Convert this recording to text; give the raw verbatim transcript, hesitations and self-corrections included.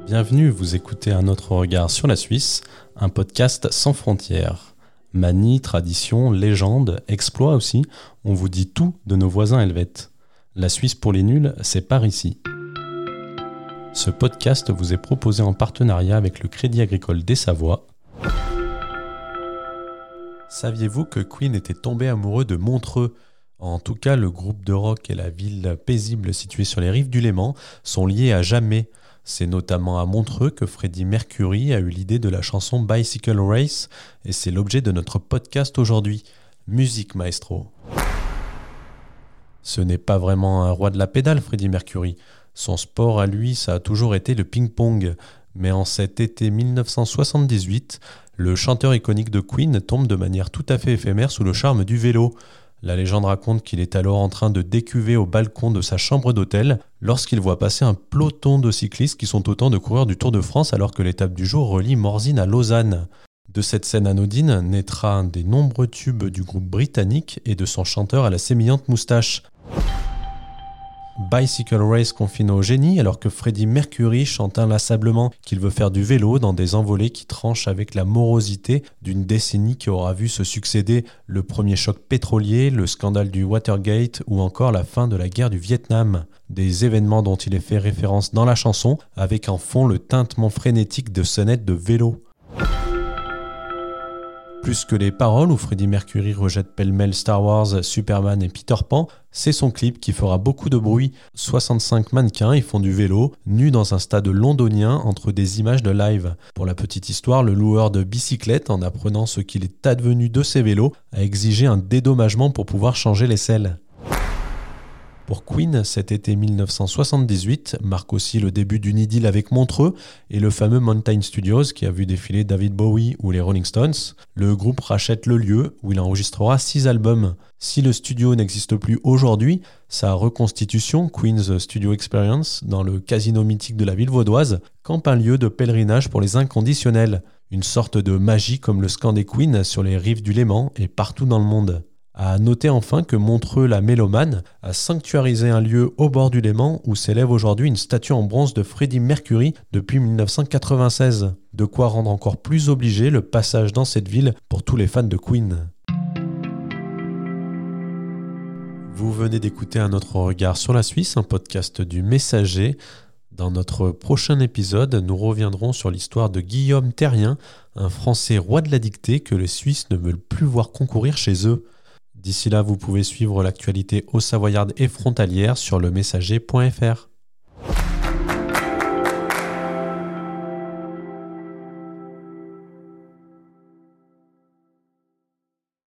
Bienvenue, vous écoutez Un autre regard sur la Suisse, un podcast sans frontières. Manie, tradition, légende, exploit aussi, on vous dit tout de nos voisins helvètes. La Suisse pour les nuls, c'est par ici. Ce podcast vous est proposé en partenariat avec le Crédit Agricole des Savoies. Saviez-vous que Queen était tombé amoureux de Montreux ? En tout cas, le groupe de rock et la ville paisible située sur les rives du Léman sont liés à jamais. C'est notamment à Montreux que Freddie Mercury a eu l'idée de la chanson Bicycle Race et c'est l'objet de notre podcast aujourd'hui. Musique maestro. Ce n'est pas vraiment un roi de la pédale, Freddie Mercury. Son sport à lui, ça a toujours été le ping-pong. Mais en cet été dix-neuf cent soixante-dix-huit, le chanteur iconique de Queen tombe de manière tout à fait éphémère sous le charme du vélo. La légende raconte qu'il est alors en train de décuver au balcon de sa chambre d'hôtel lorsqu'il voit passer un peloton de cyclistes qui sont autant de coureurs du Tour de France alors que l'étape du jour relie Morzine à Lausanne. De cette scène anodine naîtra un des nombreux tubes du groupe britannique et de son chanteur à la sémillante moustache. Bicycle Race confine au génie alors que Freddie Mercury chante inlassablement qu'il veut faire du vélo dans des envolées qui tranchent avec la morosité d'une décennie qui aura vu se succéder le premier choc pétrolier, le scandale du Watergate ou encore la fin de la guerre du Vietnam. Des événements dont il est fait référence dans la chanson avec en fond le tintement frénétique de sonnettes de vélo. Plus que les paroles où Freddie Mercury rejette pêle-mêle Star Wars, Superman et Peter Pan, c'est son clip qui fera beaucoup de bruit. soixante-cinq mannequins y font du vélo, nus dans un stade londonien entre des images de live. Pour la petite histoire, le loueur de bicyclette, en apprenant ce qu'il est advenu de ses vélos, a exigé un dédommagement pour pouvoir changer les selles. Pour Queen, cet été dix-neuf cent soixante-dix-huit marque aussi le début d'une idylle avec Montreux et le fameux Mountain Studios qui a vu défiler David Bowie ou les Rolling Stones. Le groupe rachète le lieu où il enregistrera six albums. Si le studio n'existe plus aujourd'hui, sa reconstitution, Queen's Studio Experience, dans le casino mythique de la ville vaudoise, campe un lieu de pèlerinage pour les inconditionnels. Une sorte de magie comme le scandé Queen sur les rives du Léman et partout dans le monde. À noter enfin que Montreux la Mélomane a sanctuarisé un lieu au bord du Léman où s'élève aujourd'hui une statue en bronze de Freddie Mercury depuis dix-neuf cent quatre-vingt-seize. De quoi rendre encore plus obligé le passage dans cette ville pour tous les fans de Queen. Vous venez d'écouter Un autre regard sur la Suisse, un podcast du Messager. Dans notre prochain épisode, nous reviendrons sur l'histoire de Guillaume Terrien, un Français roi de la dictée que les Suisses ne veulent plus voir concourir chez eux. D'ici là, vous pouvez suivre l'actualité haut-savoyarde et frontalière sur le messager point f r.